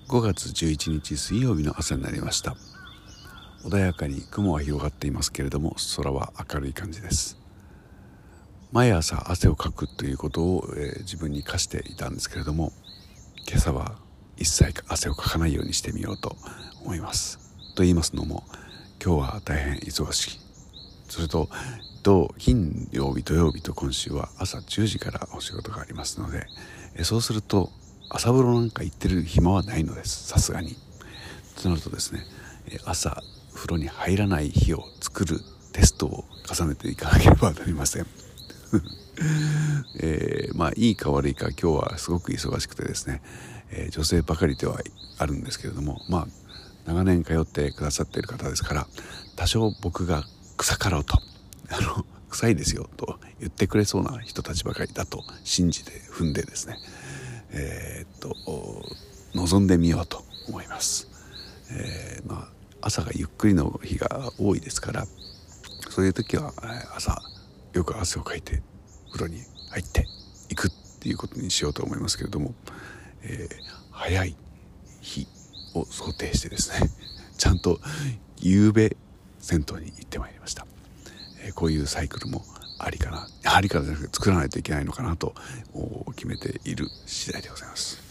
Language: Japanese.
5月11日水曜日の朝になりました。穏やかに雲は広がっていますけれども、空は明るい感じです。毎朝汗をかくということを、自分に課していたんですけれども、今朝は一切汗をかかないようにしてみようと思います。と言いますのも、今日は大変忙しい。それと金曜日土曜日と今週は朝10時からお仕事がありますので、そうすると朝風呂なんか行ってる暇はないのです。さすがに。となるとですね、朝風呂に入らない日を作るテストを重ねていかなければなりません。いいか悪いか今日はすごく忙しくてですね、女性ばかりではあるんですけれども、長年通ってくださっている方ですから、多少僕が臭かろうと臭いですよと言ってくれそうな人たちばかりだと信じて踏んでですね、望んでみようと思います。朝がゆっくりの日が多いですから、そういう時は朝よく汗をかいて風呂に入っていくっていうことにしようと思いますけれども、早い日を想定してですね、ちゃんと夕べ銭湯に行ってまいりました。こういうサイクルもありかなじゃなくて作らないといけないのかなと決めている次第でございます。